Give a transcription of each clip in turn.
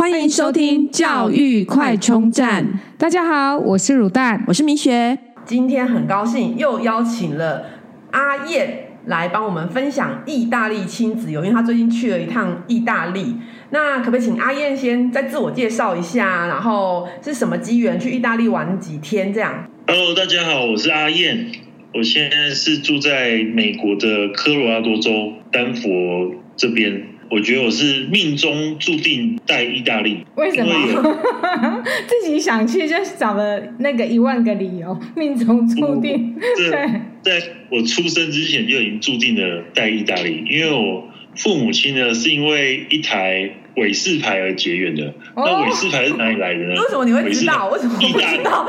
欢迎收听教育快充站。 大家好，我是乳蛋， 我是明学。 今天很高兴又邀请了阿燕来帮我们分享意大利亲子游，因为她最近去了一趟意大利。那可不可以请阿燕先再自我介绍一下，然后是什么机缘去意大利玩几天这样？ Hello， 大家好，我是阿燕，我现在是住在美国的科罗拉多州丹佛这边。我觉得我是命中注定带意大利。 为什么？自己想去就找了那个10000个理由，命中注定。 在我出生之前就已经注定了带意大利，因为我父母亲呢是因为一台韦氏牌而结缘的。那韦氏牌是哪里来的呢？ 为什么你会知道？为什么不知道？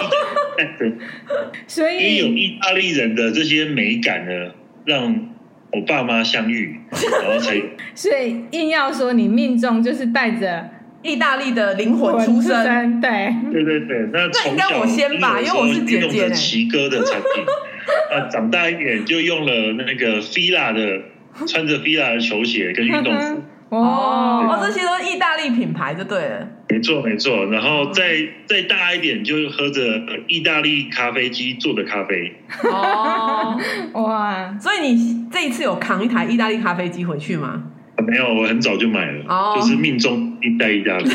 所以因为有意大利人的这些美感呢，让我爸妈相遇，然后才所以硬要说你命中就是带着意大利的灵魂出生。 对， 那从小我先吧，因为我是姐姐。 奇哥的产品，那长大一点就用了那个 Fila 的，穿着 Fila 的球鞋跟运动服。 这些都是意大利品牌就对了。 没错，然后再大一点就喝着意大利咖啡机做的咖啡。 哇！ 所以你这一次有扛一台意大利咖啡机回去吗？ 没有，我很早就买了，就是命中带意大利。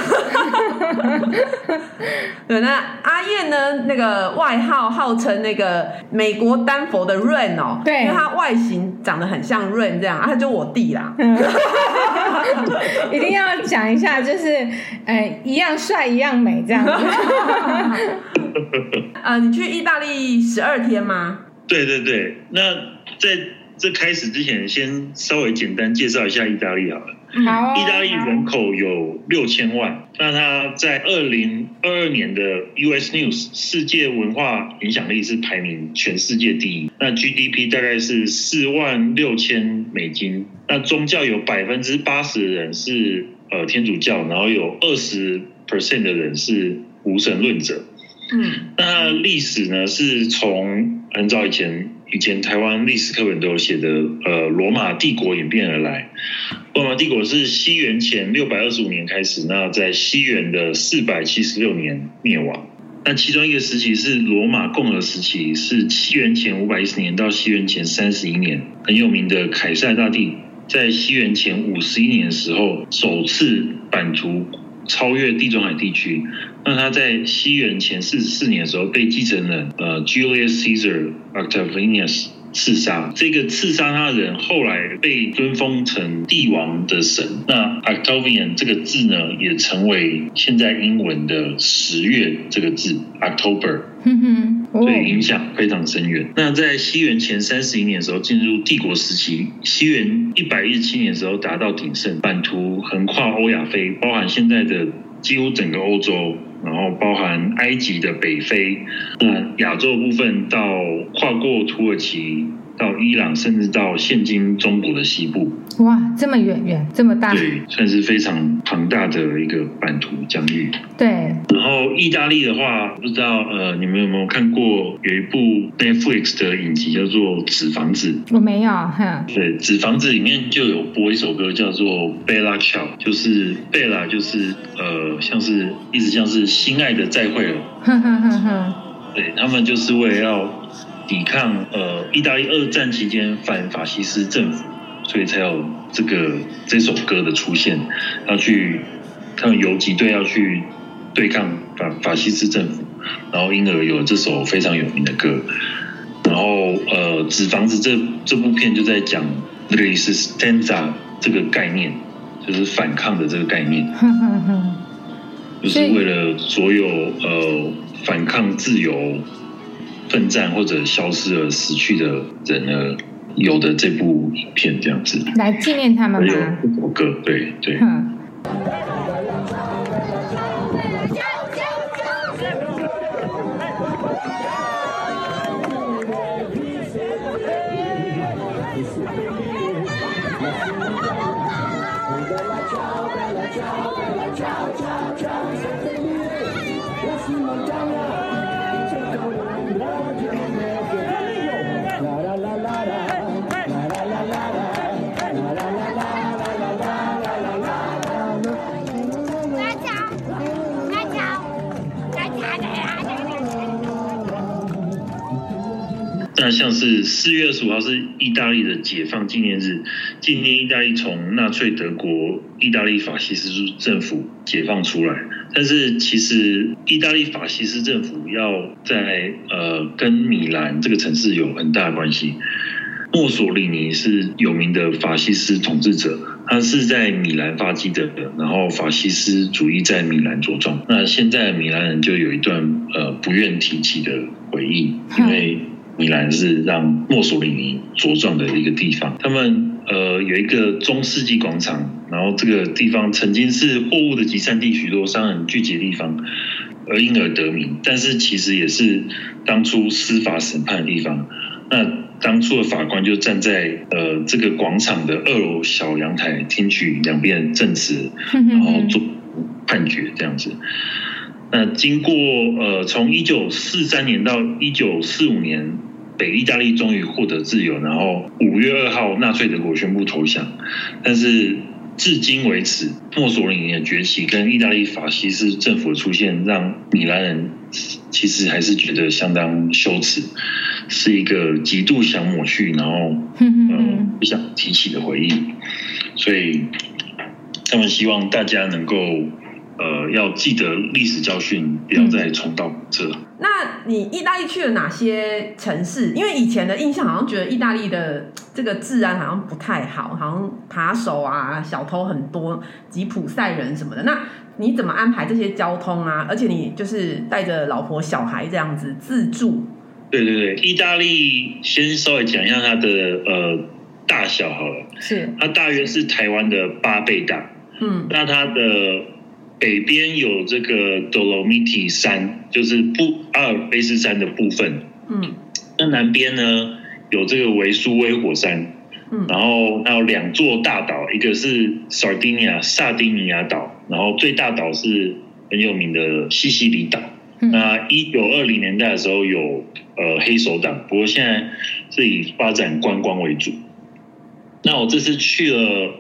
对，那阿燕呢？那个外号号称那个美国丹佛的 Rain 哦， 对， 因为他外形长得很像 Rain 这样，他就我弟啦。 一定要讲一下，就是一样帅一样美这样子。 你去意大利12天吗？ 对，那在这开始之前，先稍微简单介绍一下意大利好了。意大利人口有6000万，那它在2022年的 US News 世界文化影响力是排名全世界第一，那 GDP 大概是$46,000，那宗教有80%的人是天主教，然后有20% 的人是无神论者。那历史呢是从很早以前台湾历史课本都有写的罗马帝国演变而来。罗马帝国是西元前625年开始，那在西元的476年灭亡。那其中一个时期是罗马共和时期，是西元前510年到西元前31年。很有名的凯撒大帝在西元前51年的时候首次版图超越地中海地区，那他在西元前44年的时候被继承人Julius Caesar Octavianus 刺杀。这个刺杀他的人后来被尊封成帝王的神。那 Octavian 这个字呢，也成为现在英文的10月这个字 October， 所以影响非常深远。那在西元前31年的时候进入帝国时期，西元117年的时候达到鼎盛，版图横跨欧亚非，包含现在的几乎整个欧洲，然后包含埃及的北非，那亚洲部分到跨过土耳其到伊朗，甚至到现今中国的西部。 哇，这么远这么大。 对，算是非常庞大的一个版图疆域。 对。 然后意大利的话，不知道你们有没有看过有一部 Netflix 的影集叫做《纸房子》？ 我没有。 对，《纸房子》里面就有播一首歌叫做 Bella Ciao， 就是 Bella 就是意思像是心爱的再会了。对，他们就是为了要抵抗意大利2战期间反法西斯政府，所以才有这首歌的出现，他们游击队要去对抗法西斯政府，然后因而有这首非常有名的歌。然后纸房子这部片就在讲Resistenza 这个概念，就是反抗的这个概念，就是为了所有反抗自由奋战或者消失而死去的人呢，有的这部影片这样子来纪念他们吗？ 有这首歌，对。 那像是4月25号是意大利的解放纪念日，纪念意大利从纳粹德国意大利法西斯政府解放出来。但是其实意大利法西斯政府要在跟米兰这个城市有很大的关系。墨索里尼是有名的法西斯统治者，他是在米兰发迹的，然后法西斯主义在米兰茁壮。那现在米兰人就有一段不愿提起的回忆，因为米兰是让墨索里尼茁壮的一个地方。他们有一个中世纪广场，然后这个地方曾经是货物的集散地，许多商人聚集的地方，而因而得名。但是其实也是当初司法审判的地方。那当初的法官就站在这个广场的2楼小阳台，听取两边证词，然后做判决这样子。那经过从1943年到1945年，北意大利终于获得自由，然后5月2号纳粹德国宣布投降。但是至今为止，墨索里尼的崛起跟意大利法西斯政府的出现，让米兰人其实还是觉得相当羞耻，是一个极度想抹去，然后不想提起的回忆。所以他们希望大家能够要记得历史教训，不要再重蹈覆辙。 那你意大利去了哪些城市？因为以前的印象好像觉得意大利的这个治安好像不太好，好像扒手啊、小偷很多、吉普赛人什么的。那你怎么安排这些交通啊？而且你就是带着老婆小孩这样子自助。 对对对，意大利先稍微讲一下它的大小好了。 是， 它大约是台湾的8倍大。那它的北边有这个 Dolomiti 山，就是阿尔卑斯山的部分。那南边呢有这个维苏威火山。然后还有2座大岛，一个是萨丁尼亚岛，然后最大岛是很有名的西西里岛。那1920年代的时候有黑手党，不过现在是以发展观光为主。那我这次去了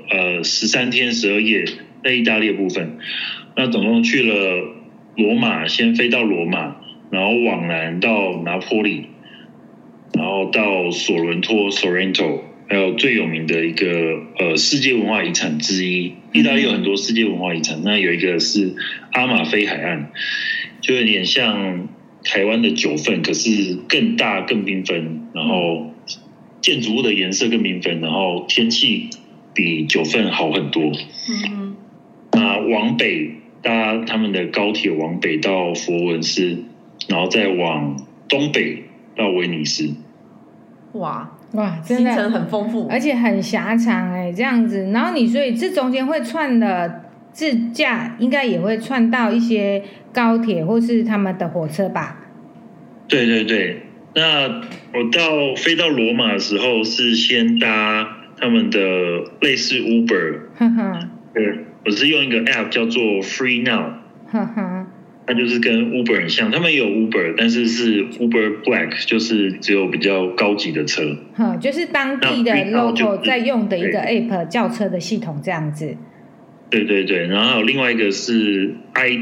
13天12夜在意大利的部分，那总共去了罗马，先飞到罗马，然后往南到拿坡里，然后到索伦托 Sorrento， 还有最有名的一个世界文化遗产之一。意大利有很多世界文化遗产，那有一个是阿马菲海岸，就有点像台湾的九份，可是更大更缤纷，然后建筑物的颜色更缤纷，然后天气比九份好很多。那往北搭他们的高铁往北到佛文斯，然后再往东北到威尼斯。 哇， 真的行程很丰富， 而且很狭长这样子。然后你所以这中间会串的自驾，应该也会串到一些高铁或是他们的火车吧？ 对对对，那我飞到罗马的时候是先搭他们的类似 Uber， 我是用一个 App 叫做 Free Now， 它就是跟 Uber 很像，他们也有 Uber， 但是是 Uber Black， 就是只有比较高级的车， 就是当地的 local 在用的一个 App 轿车的系统这样子。 对对对，然后还有另外一个是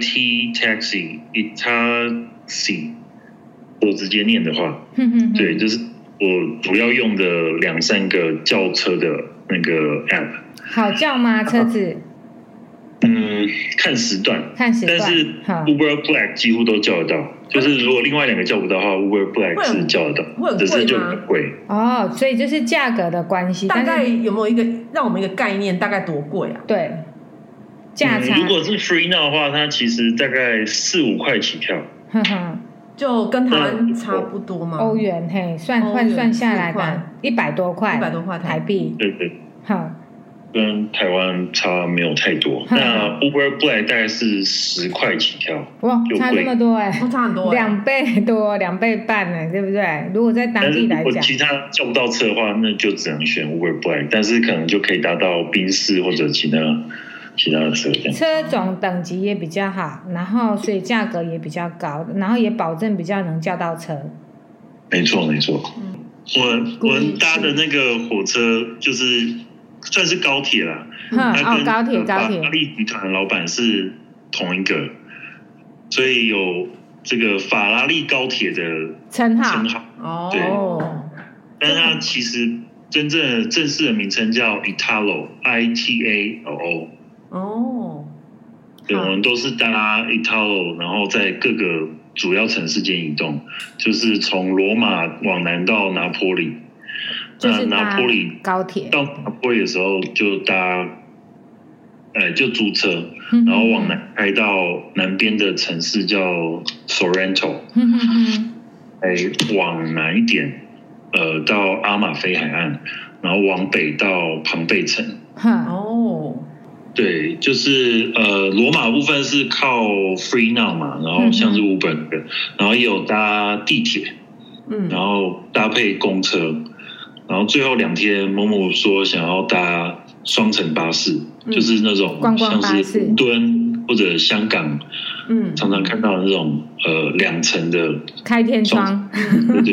IT Taxi， 我直接念的话，对，就是我主要用的2-3个轿车的那个 App。好叫吗？车子？ 看时段， 但是 Uber Black 几乎都叫得到，就是如果另外2个叫不到的话 ，Uber Black 是叫得到，只是就很贵。 所以就是价格的关系。 大概有没有一个让我们一个概念，大概多贵啊？ 对，价差。 如果是 Free Now 的话，它其实大概4-5块起跳， 就跟台湾差不多吗？ 欧元换算下来的100多块台币。 对对，跟台湾差没有太多。那 Uber Black 大概是10块起跳， 哇，差那么多差很多 2倍多2倍半对不对？如果在当地来讲， 如果其他叫不到车的话，那就只能选 Uber Black， 但是可能就可以达到宾士或者其他的车这样。 车种等级也比较好，然后所以价格也比较高，然后也保证比较能叫到车。 没错没错。我搭的那个火车就是算是高铁啦， 高铁法拉利集团的老板是同一个，所以有这个法拉利高铁的称号。 对， 但是它其实真正的正式的名称叫 Italo ITALO。 哦， 对，我们都是搭 Italo， 然后在各个主要城市间移动，就是从罗马往南到拿坡里。 就是拿坡里高铁到拿坡里的时候就搭，就租车，然后往南开到南边的城市叫 Sorrento，往南一点，到阿马菲海岸，然后往北到庞贝城。 哦， 对，就是罗马部分是靠 Free Now 嘛，然后像是Uber的，然后也有搭地铁，然后搭配公车。然后最后2天，某某说想要搭双层巴士，就是那种像是伦敦或者香港，常常看到的那种2层的开天窗， 对。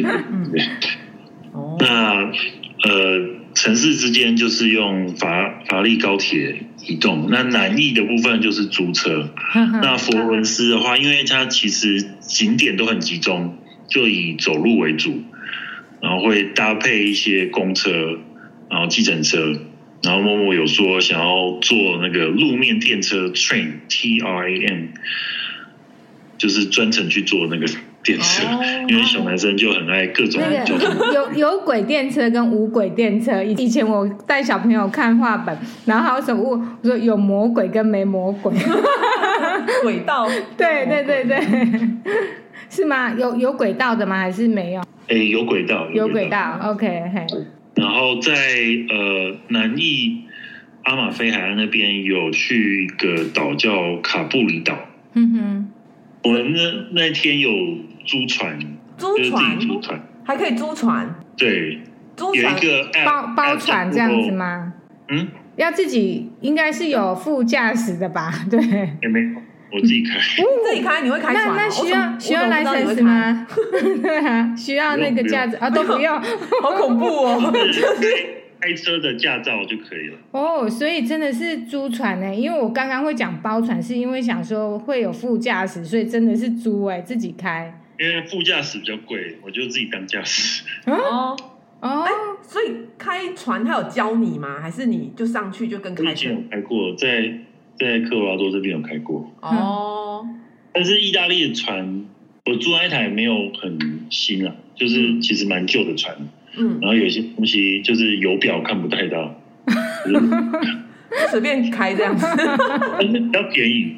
那城市之间就是用法利高铁移动，那南翼的部分就是租车。那佛罗伦斯的话，因为它其实景点都很集中，就以走路为主。然后会搭配一些公车，然后计程车，然后默默有说想要坐那个路面电车 TRAM， 就是专程去坐那个电车，因为小男生就很爱各种交通。 有轨电车跟无轨电车。以前我带小朋友看画本，然后还有什么我说有魔鬼跟没魔鬼， 轨道， 对，是吗？有轨道的吗？还是没有？ 有轨道 ，OK， 然后在南翼阿马菲海岸那边有去一个岛叫卡布里岛。我们那天有租船， 还可以租船。 对， 租船有一个包船这样子吗？要自己应该是有副驾驶的吧？对， 没有。我自己开， 自己开你会开船？ 那需要license吗？对啊，需要那个驾照都不用， 好恐怖哦！ 开车的驾照就可以了。 哦，所以真的是租船呢，因为我刚刚会讲包船，是因为想说会有副驾驶，所以真的是租自己开。 因为副驾驶比较贵，我就自己当驾驶。 所以开船他有教你吗？还是你就上去就跟开车？ 我以前有开过，在科罗拉多这边有开过。但是意大利的船，我租那一台没有很新啊，就是其实蛮旧的船。然后有些东西就是油表看不太到， 随便开这样子。 但是比较便宜，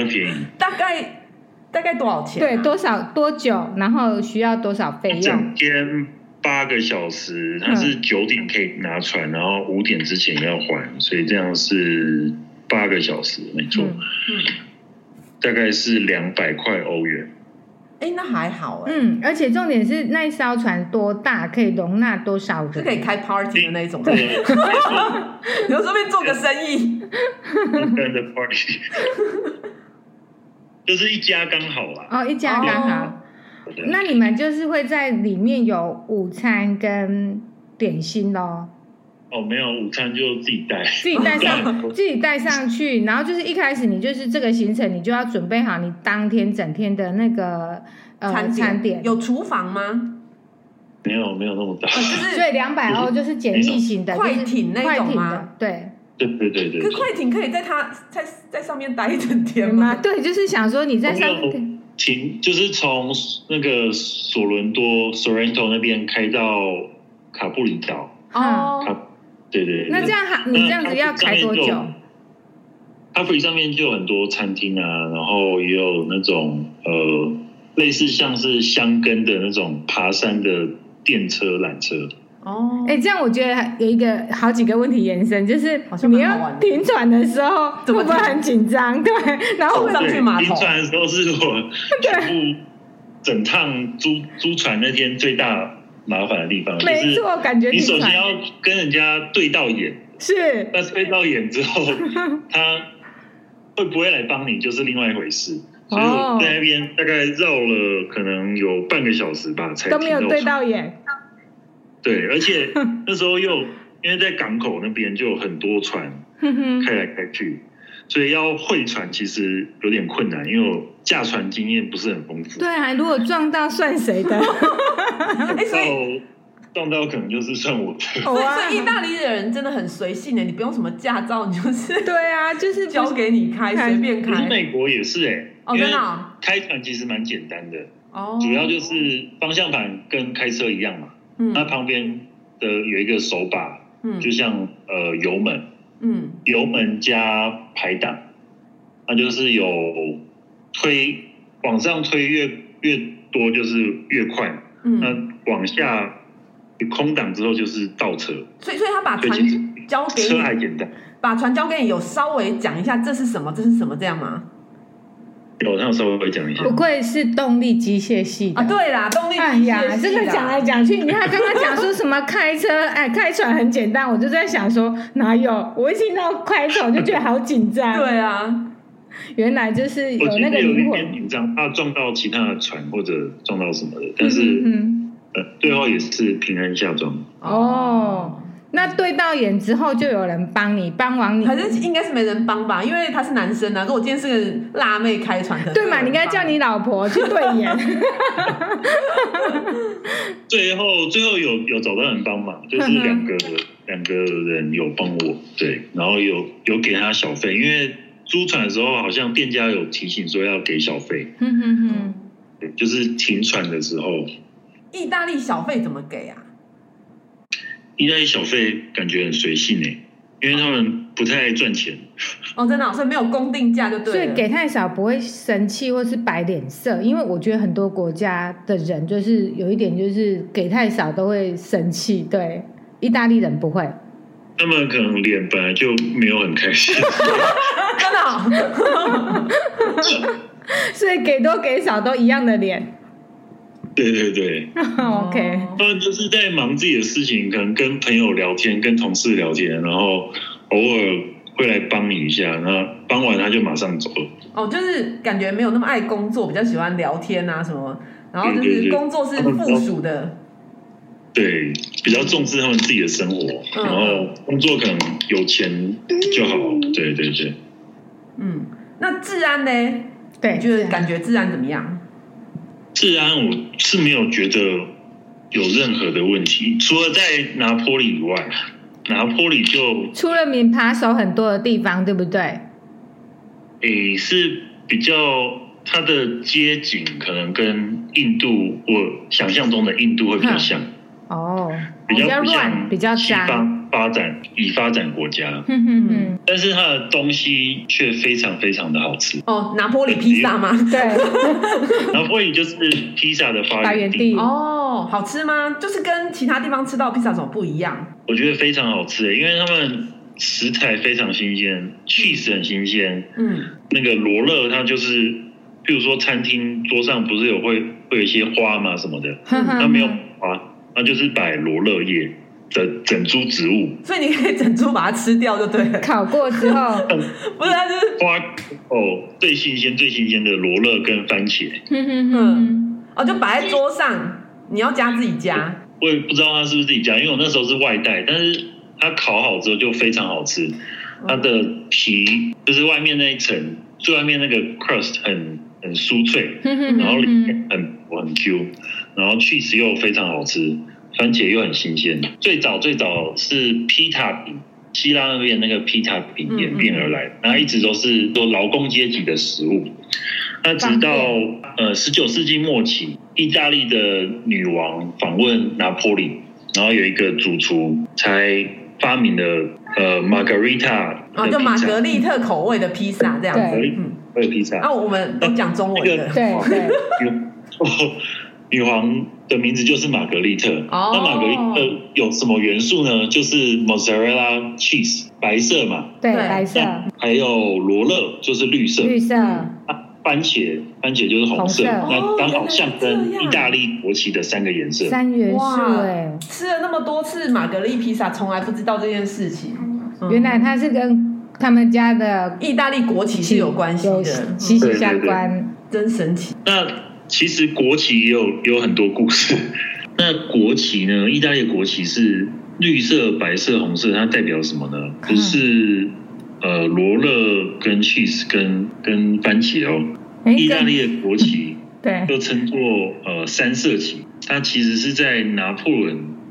大概多少钱？ 对，多久？然后需要多少费用？ 整天8个小时，它是9点可以拿船，然后5点之前要还，所以这样是8个小时，没错。大概是200块欧元。 那还好而且重点是那艘船多大，可以容纳多少人？ 是可以开 party 的那种。对，你就顺便做个生意。 跟着 party， 就是一家刚好啦。 一家刚好。那你们就是会在里面有午餐跟点心咯？ 没有，午餐就自己带上去，然后就是一开始你就是这个行程，你就要准备好你当天整天的那个餐点。 有厨房吗？ 没有那么大。 所以200欧就是简易型的快艇那种吗？ 对。 可快艇可以在上面待一整天吗？ 对，就是想说你在上面就是从那个索伦多 Sorrento 那边开到卡布里岛。对。 那这样你这样子要开多久？ 卡布里上面就有很多餐厅啊，然后也有那种类似像是箱根的那种爬山的电车缆车。 这样我觉得有好几个问题延伸，就是你要停船的时候会不会很紧张？对，然后上去码头。 停船的时候是我全部整趟租船那天最大麻烦的地方。 没错，感觉你首先要跟人家对到眼， 是， 但是对到眼之后，他会不会来帮你就是另外一回事。所以我在那边大概绕了可能有半个小时吧，才都没有对到眼。 对，而且那时候因为在港口那边就有很多船开来开去，所以要会船其实有点困难，因为我驾船经验不是很丰富。 对啊，如果撞到算谁的？ 所以撞到可能就是算我的。 所以意大利的人真的很随性的，你不用什么驾照，你就是对啊，就是交给你开，随便开。 美国也是真的开船其实蛮简单的， 哦， 主要就是方向盘跟开车一样嘛，它旁边的有一个手把，就像油门，油门加排档，那就是有往上推越多就是越快，那往下空档之后就是倒车， 所以他把船交给你， 车还简单， 把船交给你，有稍微讲一下这是什么这样吗？ 有，他有稍微讲一下。 不愧是动力机械系的啊，对啦，动力机械系呀，这个讲来讲去，你看刚刚讲说什么开车，开船很简单，我就在想说哪有？我一听到开船我就觉得好紧张。 对啊。 原来就是有那个灵魂， 有点紧张，怕撞到其他的船或者撞到什么的，但是最后也是平安下装。 哦，那对到眼之后就有人帮忙你， 可是应该是没人帮吧，因为他是男生啊。如果今天是个辣妹开船， 对嘛？你应该叫你老婆去对眼。 最后有找到人帮忙，就是两个人有帮我，对，然后有给他小费，因为租船的时候好像店家有提醒说要给小费，对，就是停船的时候。 意大利小费怎么给啊？ 意大利小费感觉很随性因为他们不太赚钱。 哦，真的，所以没有公定价就对了。 所以给太少不会生气或是摆脸色，因为我觉得很多国家的人就是有一点就是给太少都会生气，对，意大利人不会。 他们可能脸本来就没有很开心。 真的所以给多给少都一样的脸。 对对对。 OK。 他们就是在忙自己的事情，可能跟朋友聊天，跟同事聊天，然后偶尔会来帮你一下，那帮完他就马上走了。 哦，就是感觉没有那么爱工作，比较喜欢聊天啊什么，然后就是工作是附属的。 对，比较重视他们自己的生活，然后工作可能有钱就好。对对对。 那治安呢？ 对， 你觉得感觉治安怎么样？ 治安我是没有觉得有任何的问题，除了在拿坡里以外，拿坡里就出了名扒手很多的地方，对不对？ 是比较它的街景可能跟印度我想象中的印度会比较像。比较乱， 比较脏， 已发展国家。但是它的东西却非常非常的好吃。 哦，拿坡里披萨吗？ 对。 拿坡里就是披萨的发源地。 哦，好吃吗？就是跟其他地方吃到披萨有什么不一样？ 我觉得非常好吃，因为他们食材非常新鲜 ，cheese 很新鲜。那个罗勒它就是，譬如说餐厅桌上不是会有一些花嘛什么的，它没有花。那就是摆罗勒叶的整株植物， 所以你可以整株把它吃掉就对了。 烤过之后， 不是，它就是花最新鲜的罗勒跟番茄。 就摆在桌上，你要自己加。 我也不知道它是不是自己加，因为我那时候是外带，但是它烤好之后就非常好吃。它的皮就是外面那一层，最外面那个 crust 很酥脆，然后里面很 Q， 然后 cheese 又非常好吃，番茄又很新鲜。最早是披萨饼，希腊那边那个披萨饼演变而来，然后一直都是做劳工阶级的食物。那直到19世纪末期，意大利的女王访问拿坡里，然后有一个主厨才发明了Margherita， 就玛格丽特口味的披萨这样子。 对，披萨。 我们都讲中文的。 对。 女皇的名字就是玛格丽特。那玛格丽特有什么元素呢？就是 mozzarella cheese， 白色嘛。 对，白色。 还有罗勒，就是绿色。番茄就是红色。那刚好象征意大利国旗的3个颜色。 3元素吃了那么多次玛格丽披萨，从来不知道这件事情。 原来它是跟他们家的意大利国旗是有关系的， 息息相关， 真神奇。 那其实国旗也有很多故事。那国旗呢？意大利的国旗是绿色、白色、红色，它代表什么呢？不是罗勒跟 cheese 跟番茄哦。意大利的国旗又称作3色旗，它其实是在拿破仑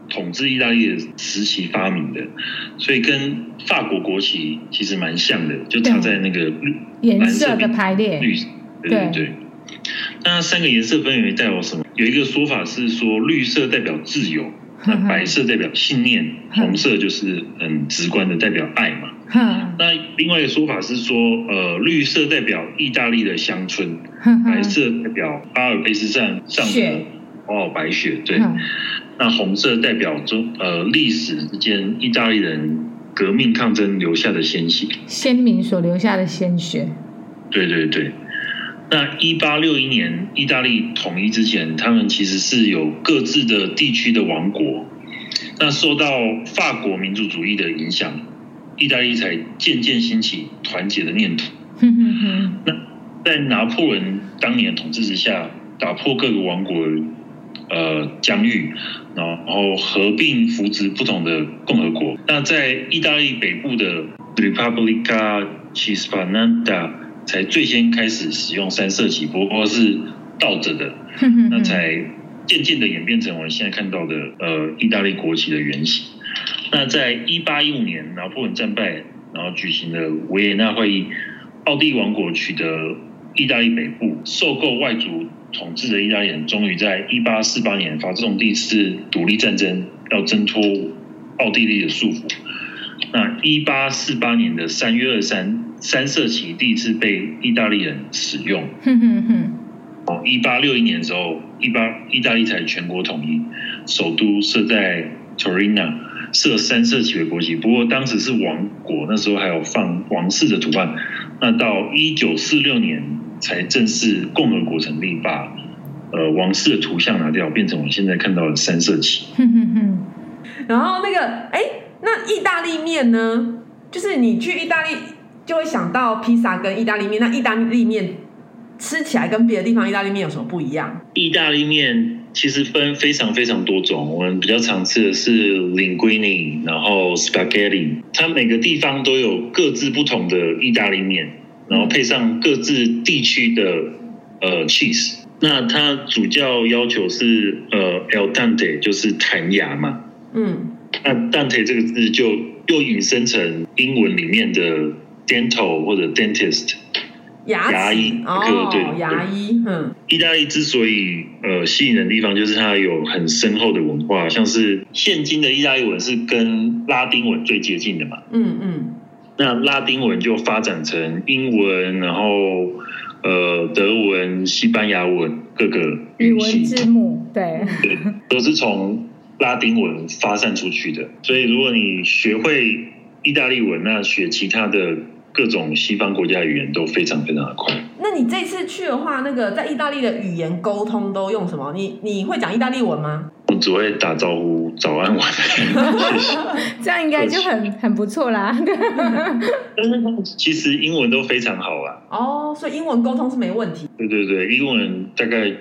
统治意大利的时期发明的，所以跟法国国旗其实蛮像的，就差在那个颜色的排列。 绿，对。那3个颜色分别代表什么？有一个说法是说，绿色代表自由，那白色代表信念，红色就是很直观的代表爱嘛。那另外一个说法是说，绿色代表意大利的乡村，白色代表阿尔卑斯山上的白雪，对。那红色代表历史之间意大利人革命抗争留下的鲜血， 先民所留下的鲜血。 对。那1861年意大利统一之前，他们其实是有各自的地区的王国。那受到法国民族主义的影响，意大利才渐渐兴起团结的念头。那在拿破仑当年统治之下，打破各个王国疆域，然后合并扶植不同的共和国。那在意大利北部的 Repubblica Cispanana 才最先开始使用3色旗，不过是倒着的，那才渐渐的演变成我们现在看到的意大利国旗的原型。那在1815年拿破仑战败，然后举行了维也纳会议，奥地利王国取得意大利北部，受够外族统治的意大利人终于在1848年发动第一次独立战争，要挣脱奥地利的束缚。那1848年的3月23，三色旗第一次被意大利人使用。1861年的时候，意大利才全国统一，首都设在 Torino， 设3色旗为国旗。不过当时是王国，那时候还有放王室的图案。那到1946年才正式共和国成立，把王室的图像拿掉，变成我们现在看到的3色旗。 然后那意大利面呢？就是你去意大利就会想到披萨跟意大利面，那意大利面吃起来跟别的地方意大利面有什么不一样？ 意大利面其实分非常非常多种，我们比较常吃的是 linguine， 然后 spaghetti， 它每个地方都有各自不同的意大利面，然后配上各自地区的cheese。那它主教要求是al dente， 就是弹牙嘛。那 dente 这个字就又引申成英文里面的 dental 或者 dentist， 牙医。对， 牙医。 意大利之所以吸引人的地方，就是它有很深厚的文化，像是现今的意大利文是跟拉丁文最接近的嘛。那拉丁文就发展成英文，然后德文、西班牙文各个语文字母，对， 都是从拉丁文发散出去的。所以如果你学会意大利文，那学其他的各种西方国家语言都非常非常的快。 那你这次去的话，那个在意大利的语言沟通都用什么？你会讲意大利文吗？ 我只会打招呼，早安晚安。 这样应该就很不错啦。 但是其实英文都非常好啊。 所以英文沟通是没问题。 对，英文大概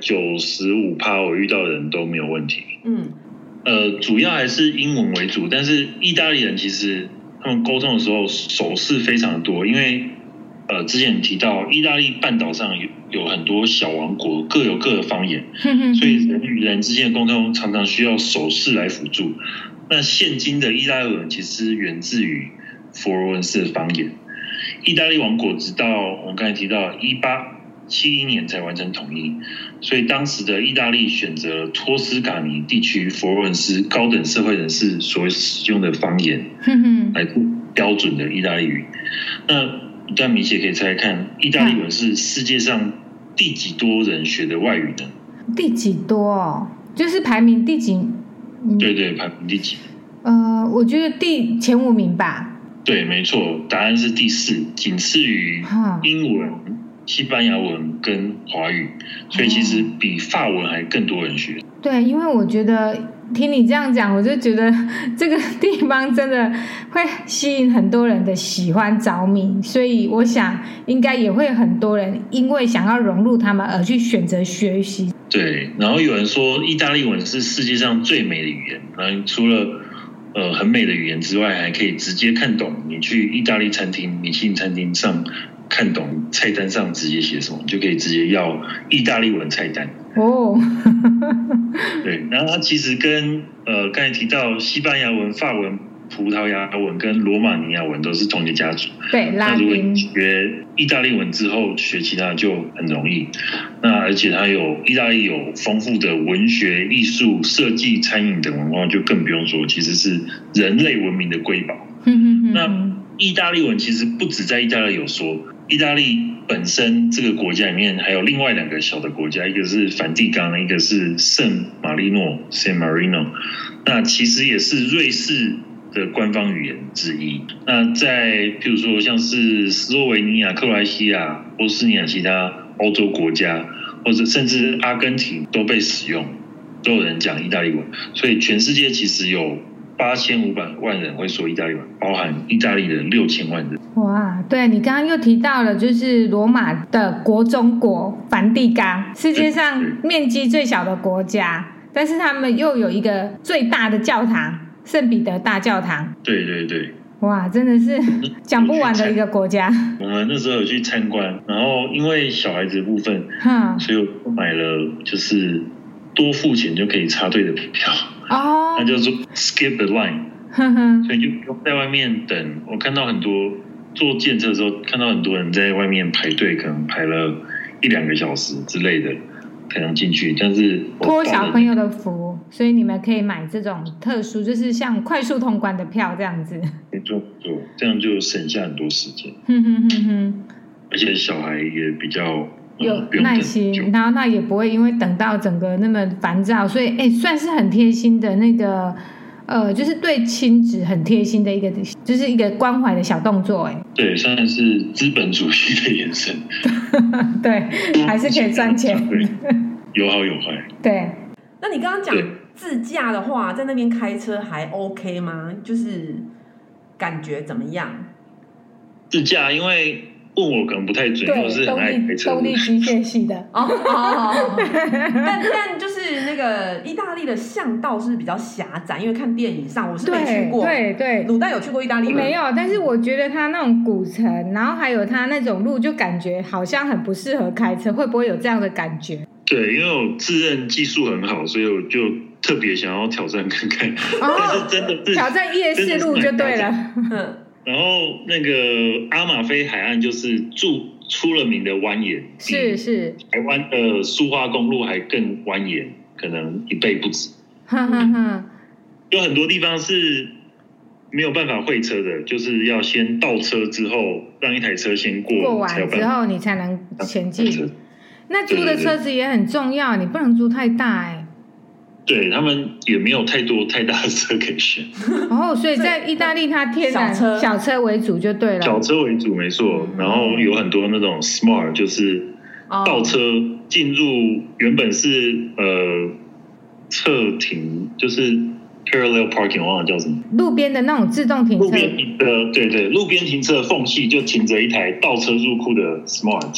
95%我遇到的人都没有问题。主要还是英文为主，但是意大利人其实他们沟通的时候手势非常多，因为之前提到意大利半岛上有很多小王国，各有各的方言，所以人与人之间的沟通常常需要手势来辅助。那现今的意大利文其实源自于佛罗伦斯的方言。意大利王国直到我们刚才提到1871年才完成统一，所以当时的意大利选择托斯卡尼地区佛罗伦斯高等社会人士所使用的方言来做标准的意大利语。那但米姐可以猜看，意大利文是世界上第几多人学的外语呢？ 第几多就是排名第几？ 对，排名第几？ 我觉得前5名吧。 对，没错，答案是第4，仅次于英文、西班牙文跟华语，所以其实比法文还更多人学。 对，因为我觉得听你这样讲，我就觉得这个地方真的会吸引很多人的喜欢着迷，所以我想应该也会很多人因为想要融入他们而去选择学习。 对，然后有人说意大利文是世界上最美的语言，然后除了很美的语言之外，还可以直接看懂你去意大利餐厅、米其林餐厅上看懂菜单上直接写什么，你就可以直接要意大利文菜单。对，然后它其实跟刚才提到西班牙文、法文、葡萄牙文跟罗马尼亚文都是同一个家族。 对，拉丁。 那如果你学意大利文之后学其他就很容易。那而且它意大利有丰富的文学、艺术、设计、餐饮等文化，就更不用说，其实是人类文明的瑰宝。那意大利文其实不止在意大利有说，意大利本身这个国家里面还有另外2个小的国家，一个是梵蒂冈，一个是圣马利诺 （San Marino）。那其实也是瑞士的官方语言之一。那在譬如说像是斯洛维尼亚、克罗埃西亚、波斯尼亚其他欧洲国家，或者甚至阿根廷都被使用，都有人讲意大利文。所以全世界其实有8500万人会说意大利文，包含意大利的6000万人。 哇，对，你刚刚又提到了，就是罗马的国中国梵蒂冈，世界上面积最小的国家，但是他们又有一个最大的教堂——圣彼得大教堂。 对对对。 哇，真的是讲不完的一个国家。 我们那时候有去参观，然后因为小孩子的部分，所以我买了就是多付钱就可以插队的票。那叫做 skip the line， 所以你就不用在外面等。我看到很多坐电车的时候，看到很多人在外面排队，可能排了1-2个小时之类的才能进去。但是托小朋友的福，所以你们可以买这种特殊，就是像快速通关的票这样子。 没错，这样就省下很多时间。而且小孩也比较有耐心，然后那也不会因为等到整个那么烦躁，所以算是很贴心的那个就是对亲子很贴心的一个，就是一个关怀的小动作。 对，算是资本主义的延伸。 对，还是可以赚钱。 有好有坏。 对。 那你刚刚讲自驾的话，在那边开车还 OK 吗？就是感觉怎么样？ 自驾，因为问我可能不太准，我是很爱开车， 动力机械系的。 但就是那个意大利的巷道是比较狭窄，因为看电影上我是没去过。对，卤蛋有去过意大利吗？ 没有，但是我觉得它那种古城，然后还有它那种路，就感觉好像很不适合开车，会不会有这样的感觉？ 对，因为我自认技术很好，所以我就特别想要挑战看看。但是真的是挑战夜市路就对了。 然后那个阿马菲海岸就是出了名的蜿蜒， 是台湾的苏花公路还更蜿蜒，可能1倍不止。有很多地方是没有办法会车的，就是要先倒车之后，让一台车先过完之后，你才能前进。那租的车子也很重要，你不能租太大。 对，他们也没有太大的车可以选。 所以在意大利它天然小车为主就对了。 小车为主没错，然后有很多那种 smart， 就是倒车进入原本是侧停，就是 parallel parking， 忘了叫什么， 路边的那种自动停车。 对，路边停车的缝隙就停着一台倒车入库的 smart。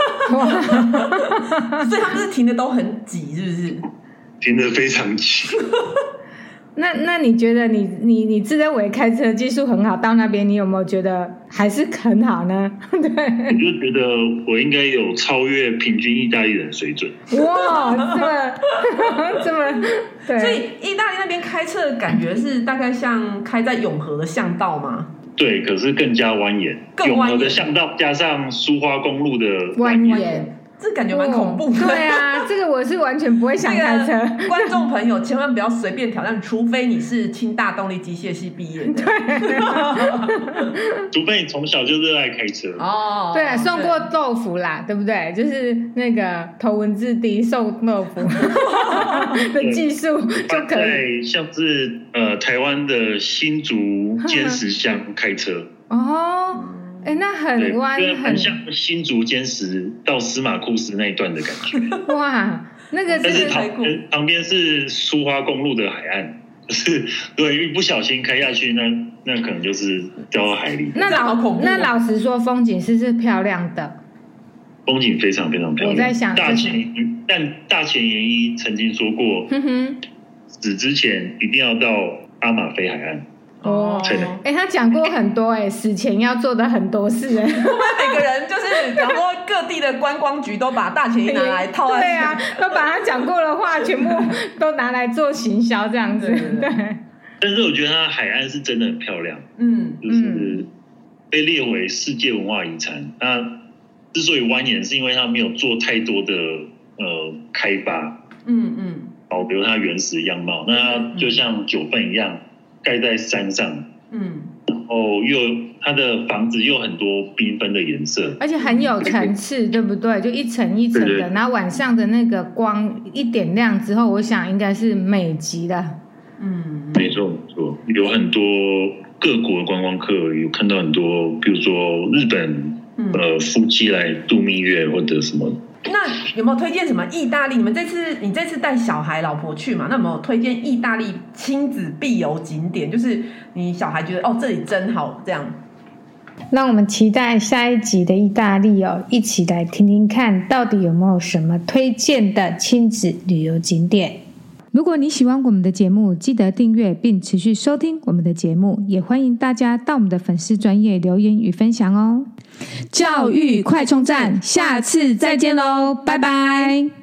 所以他们是停的都很挤，是不是？ 停得非常挤。 那你觉得你自认为开车技术很好，到那边你有没有觉得还是很好呢？对， 我就觉得我应该有超越平均意大利人水准。 哇，这么对。 所以意大利那边开车的感觉是大概像开在永和的巷道吗？ 对，可是更加蜿蜒。永和的巷道加上苏花公路的蜿蜒。 这感觉蛮恐怖的。 对啊，这个我是完全不会想开车。 观众朋友千万不要随便挑战，除非你是清大动力机械系毕业的。 对， 除非你从小就热爱开车。 对啊，送过豆腐啦，对不对？就是那个头文字 D 送豆腐的技术就可以。 像是台湾的新竹尖石乡开车。 那很弯， 很像新竹尖石到司马库斯那一段的感觉。 哇，那个但是旁边是苏花公路的海岸，就是对，一不小心开下去，那可能就是掉到海里。 那老实说，风景是漂亮的， 风景非常非常漂亮。 我在想， 大前研一曾经说过，死之前一定要到阿马菲海岸。 哦，他讲过很多死前要做的很多事。我们每个人就是讲说各地的观光局都把大前研拿来套在对啊，都把他讲过的话全部都拿来做行销这样子。对。 但是我觉得它海岸是真的很漂亮，就是被列为世界文化遗产。那之所以蜿蜒，是因为它没有做太多的开发，保留它原始样貌。那就像九份一样，盖在山上，然后它的房子又很多缤纷的颜色， 而且很有层次，对不对？就一层一层的，对对，然后晚上的那个光一点亮之后，我想应该是美极的。 没错，有很多各国的观光客，有看到很多，比如说日本夫妻来度蜜月或者什么。 那有没有推荐什么意大利？你这次带小孩老婆去嘛？那有没有推荐意大利亲子必游景点？就是你小孩觉得这里真好这样。 让我们期待下一集的意大利一起来听听看到底有没有什么推荐的亲子旅游景点。如果你喜欢我们的节目，记得订阅并持续收听我们的节目，也欢迎大家到我们的粉丝专页留言与分享哦。 教育快充站，下次再见喽，拜拜。